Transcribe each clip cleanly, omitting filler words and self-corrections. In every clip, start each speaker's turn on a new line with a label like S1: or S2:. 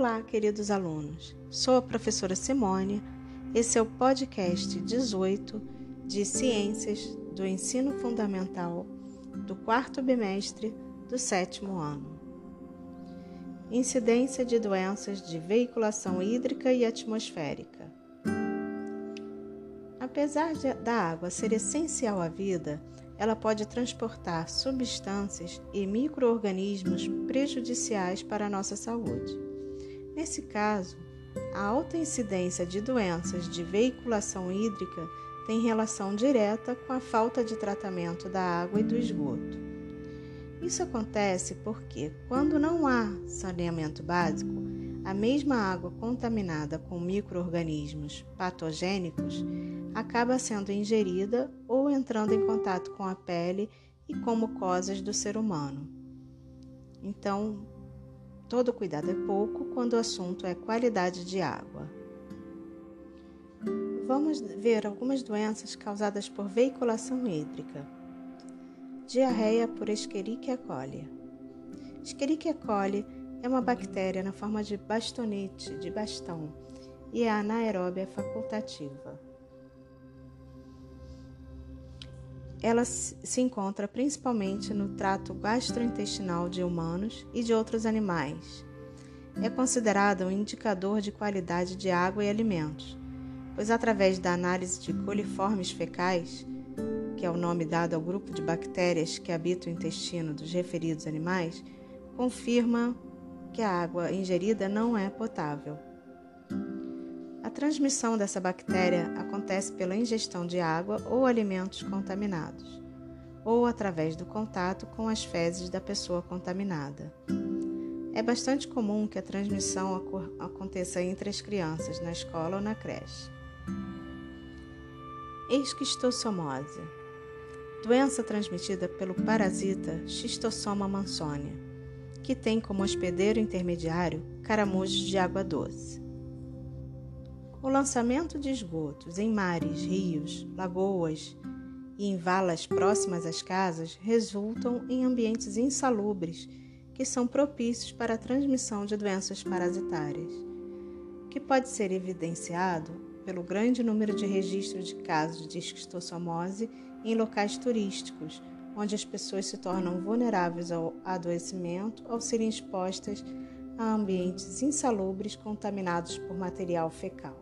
S1: Olá, queridos alunos. Sou a professora Simone. Esse é o podcast 18 de Ciências do Ensino Fundamental do 4º bimestre do 7º ano. Incidência de doenças de veiculação hídrica e atmosférica. Apesar da água ser essencial à vida, ela pode transportar substâncias e micro-organismos prejudiciais para a nossa saúde. Nesse caso, a alta incidência de doenças de veiculação hídrica tem relação direta com a falta de tratamento da água e do esgoto. Isso acontece porque, quando não há saneamento básico, a mesma água contaminada com micro-organismos patogênicos acaba sendo ingerida ou entrando em contato com a pele e com mucosas do ser humano. Então, todo cuidado é pouco quando o assunto é qualidade de água. Vamos ver algumas doenças causadas por veiculação hídrica. Diarreia por Escherichia coli. Escherichia coli é uma bactéria na forma de bastonete, de bastão, e é anaeróbia facultativa. Ela se encontra principalmente no trato gastrointestinal de humanos e de outros animais. É considerada um indicador de qualidade de água e alimentos, pois através da análise de coliformes fecais, que é o nome dado ao grupo de bactérias que habitam o intestino dos referidos animais, confirma que a água ingerida não é potável. A transmissão dessa bactéria acontece pela ingestão de água ou alimentos contaminados, ou através do contato com as fezes da pessoa contaminada. É bastante comum que a transmissão aconteça entre as crianças, na escola ou na creche. Esquistossomose. Doença transmitida pelo parasita Schistosoma mansonia, que tem como hospedeiro intermediário caramujos de água doce. O lançamento de esgotos em mares, rios, lagoas e em valas próximas às casas resultam em ambientes insalubres que são propícios para a transmissão de doenças parasitárias, que pode ser evidenciado pelo grande número de registros de casos de esquistossomose em locais turísticos, onde as pessoas se tornam vulneráveis ao adoecimento ao serem expostas a ambientes insalubres contaminados por material fecal.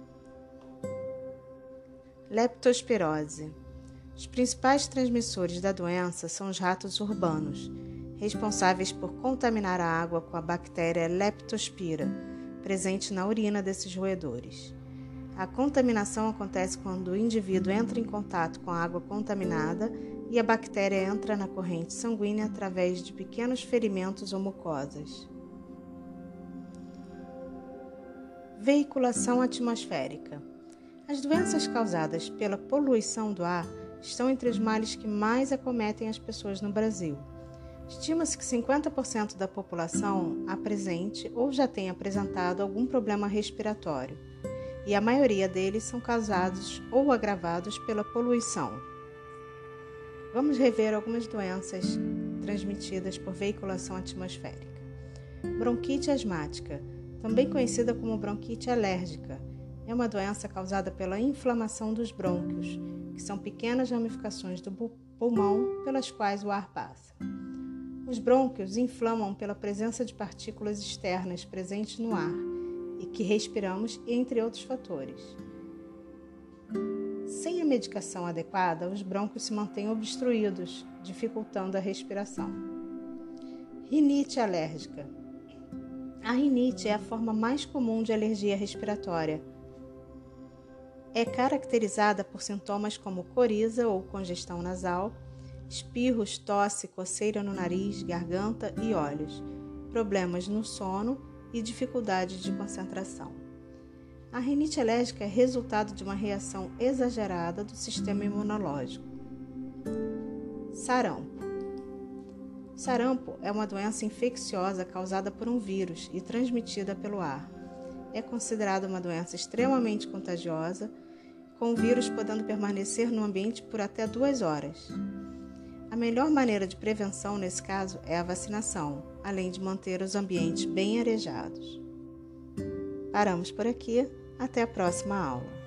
S1: Leptospirose. Os principais transmissores da doença são os ratos urbanos, responsáveis por contaminar a água com a bactéria Leptospira, presente na urina desses roedores. A contaminação acontece quando o indivíduo entra em contato com a água contaminada e a bactéria entra na corrente sanguínea através de pequenos ferimentos ou mucosas. Veiculação atmosférica. As doenças causadas pela poluição do ar estão entre os males que mais acometem as pessoas no Brasil. Estima-se que 50% da população apresente ou já tenha apresentado algum problema respiratório, e a maioria deles são causados ou agravados pela poluição. Vamos rever algumas doenças transmitidas por veiculação atmosférica. Bronquite asmática, também conhecida como bronquite alérgica, é uma doença causada pela inflamação dos brônquios, que são pequenas ramificações do pulmão pelas quais o ar passa. Os brônquios inflamam pela presença de partículas externas presentes no ar e que respiramos, entre outros fatores. Sem a medicação adequada, os brônquios se mantêm obstruídos, dificultando a respiração. Rinite alérgica. A rinite é a forma mais comum de alergia respiratória. É caracterizada por sintomas como coriza ou congestão nasal, espirros, tosse, coceira no nariz, garganta e olhos, problemas no sono e dificuldade de concentração. A rinite alérgica é resultado de uma reação exagerada do sistema imunológico. Sarampo. Sarampo é uma doença infecciosa causada por um vírus e transmitida pelo ar. É considerada uma doença extremamente contagiosa, com o vírus podendo permanecer no ambiente por até 2 horas. A melhor maneira de prevenção nesse caso é a vacinação, além de manter os ambientes bem arejados. Paramos por aqui. Até a próxima aula.